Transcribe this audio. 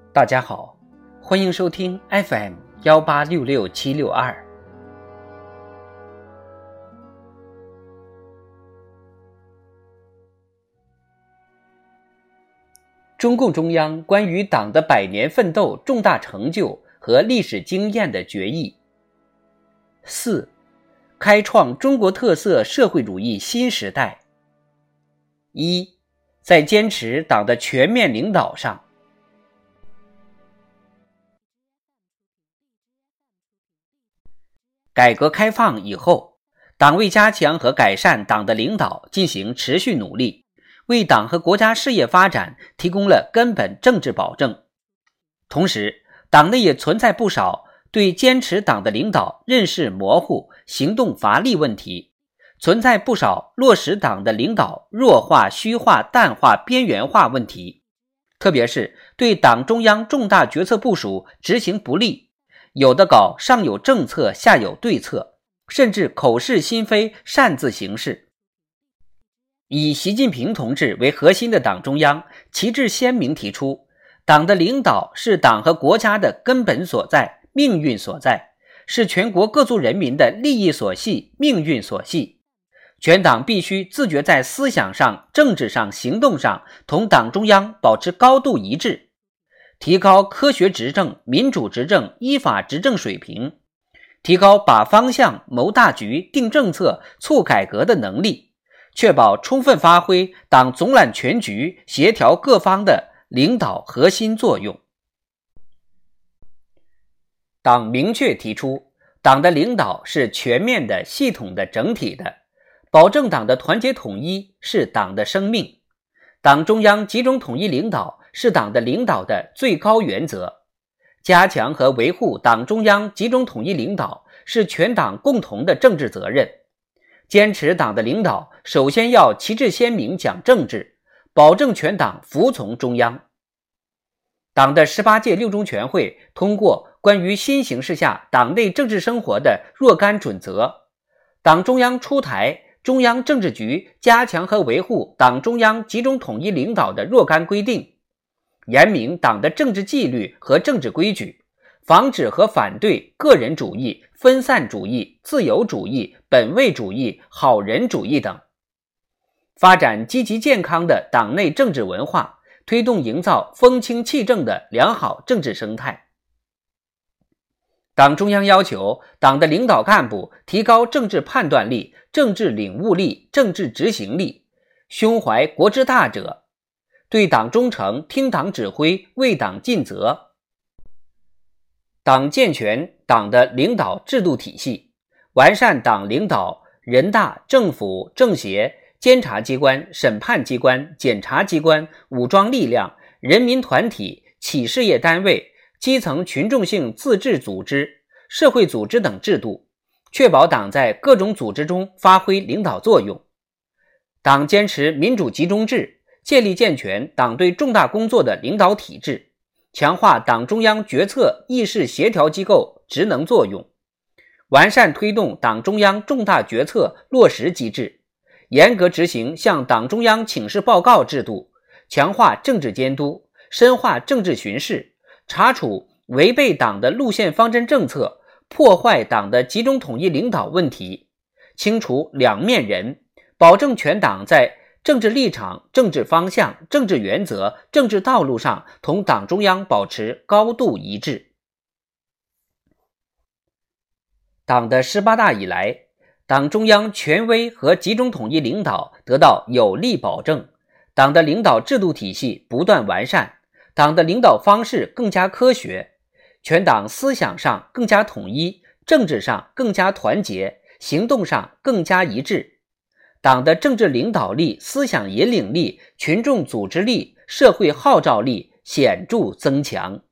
大家好，欢迎收听 FM1866762。中共中央关于党的100年奋斗重大成就和历史经验的决议。4. 开创中国特色社会主义新时代。1. 在坚持党的全面领导上。改革开放以后，党为加强和改善党的领导进行持续努力，为党和国家事业发展提供了根本政治保证。同时，党内也存在不少对坚持党的领导认识模糊、行动乏力问题，存在不少落实党的领导弱化、虚化、淡化、边缘化问题，特别是对党中央重大决策部署执行不力，有的搞上有政策下有对策，甚至口是心非、擅自行事。以习近平同志为核心的党中央旗帜鲜明提出，党的领导是党和国家的根本所在、命运所在，是全国各族人民的利益所系、命运所系。全党必须自觉在思想上、政治上、行动上同党中央保持高度一致，提高科学执政、民主执政、依法执政水平，提高把方向、谋大局、定政策、促改革的能力，确保充分发挥党总揽全局、协调各方的领导核心作用。党明确提出，党的领导是全面的、系统的、整体的，保证党的团结统一是党的生命。党中央集中统一领导是党的领导的最高原则，加强和维护党中央集中统一领导是全党共同的政治责任。坚持党的领导，首先要旗帜鲜明讲政治，保证全党服从中央。党的18届六中全会通过关于新形势下党内政治生活的若干准则，党中央出台中央政治局加强和维护党中央集中统一领导的若干规定，严明党的政治纪律和政治规矩，防止和反对个人主义、分散主义、自由主义、本位主义、好人主义等，发展积极健康的党内政治文化，推动营造风清气正的良好政治生态。党中央要求党的领导干部提高政治判断力、政治领悟力、政治执行力，胸怀国之大者，对党忠诚，听党指挥，为党尽责。党健全党的领导制度体系，完善党领导人大、政府、政协、监察机关、审判机关、检察机关、武装力量、人民团体、企事业单位、基层群众性自治组织、社会组织等制度，确保党在各种组织中发挥领导作用。党坚持民主集中制，建立健全党对重大工作的领导体制，强化党中央决策议事协调机构职能作用，完善推动党中央重大决策落实机制，严格执行向党中央请示报告制度，强化政治监督，深化政治巡视，查处违背党的路线方针政策、破坏党的集中统一领导问题，清除两面人，保证全党在政治立场、政治方向、政治原则、政治道路上同党中央保持高度一致。党的18大以来，党中央权威和集中统一领导得到有力保证，党的领导制度体系不断完善，党的领导方式更加科学，全党思想上更加统一，政治上更加团结，行动上更加一致。党的政治领导力、思想引领力、群众组织力、社会号召力显著增强。